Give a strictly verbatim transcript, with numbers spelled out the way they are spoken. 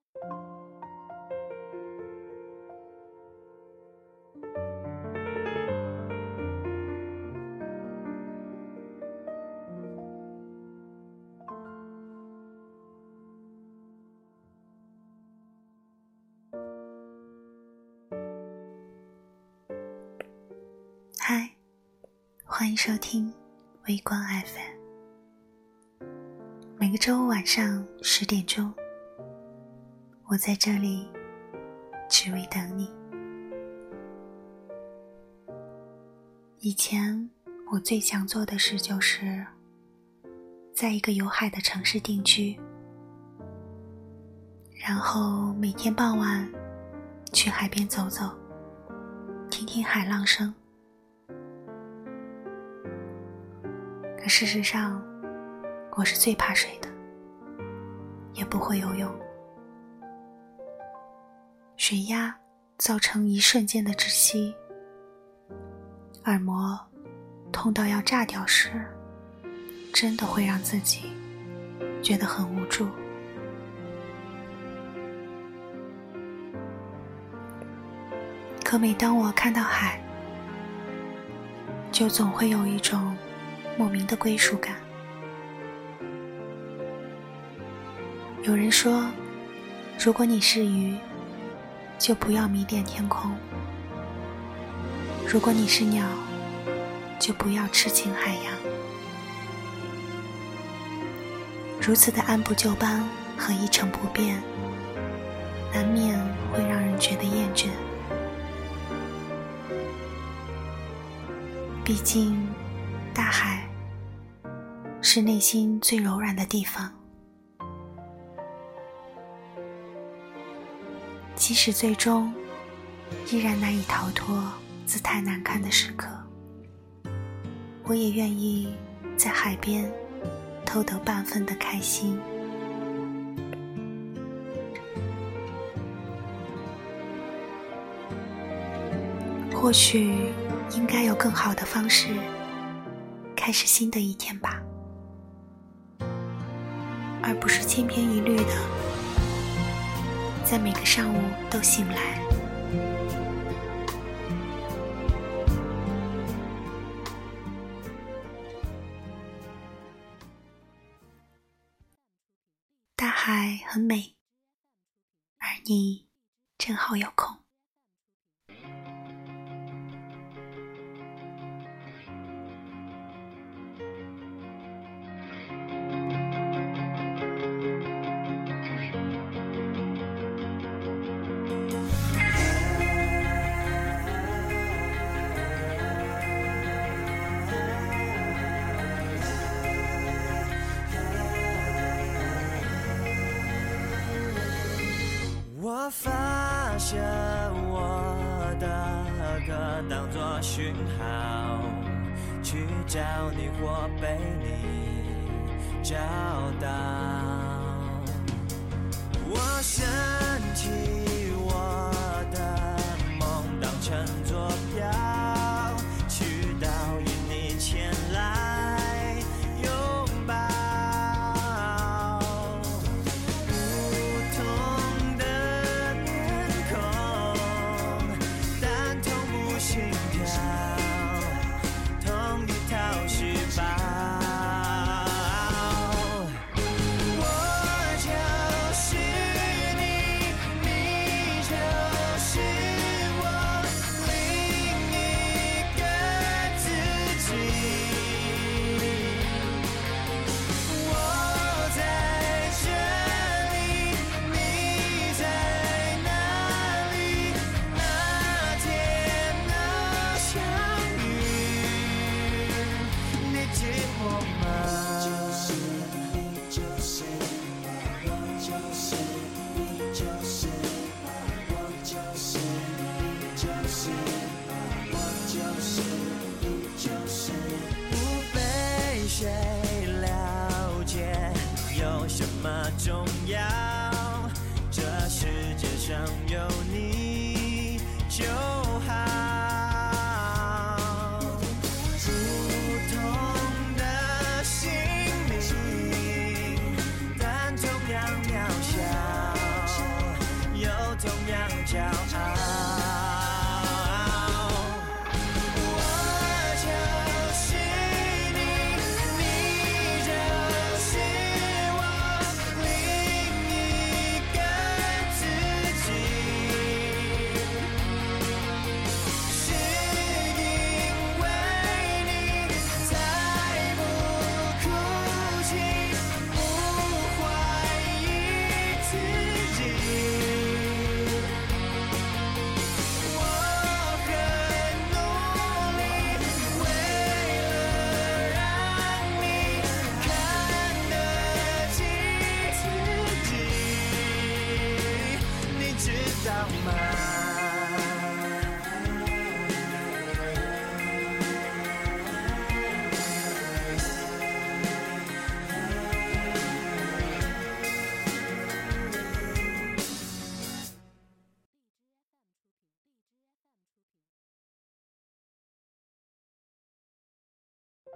嗨，欢迎收听微光 F M。 每个周五晚上十点钟，我在这里只为等你。以前我最想做的事就是在一个有海的城市定居，然后每天傍晚去海边走走，听听海浪声。可事实上，我是最怕水的，也不会游泳。水压造成一瞬间的窒息，耳膜痛到要炸掉时，真的会让自己觉得很无助。可每当我看到海，就总会有一种莫名的归属感。有人说，如果你是鱼，就不要迷恋天空；如果你是鸟，就不要痴情海洋。如此的按部就班和一成不变，难免会让人觉得厌倦。毕竟大海是内心最柔软的地方，即使最终依然难以逃脱姿态难看的时刻，我也愿意在海边偷得半分的开心。或许应该有更好的方式开始新的一天吧，而不是千篇一律的在每个上午都醒来。大海很美，而你正好有空。 我发现我的歌当作讯号，去找你或被你找到。我升起我的梦当成坐标，去到与你前来拥抱。我就是你。 同样骄傲。知道吗？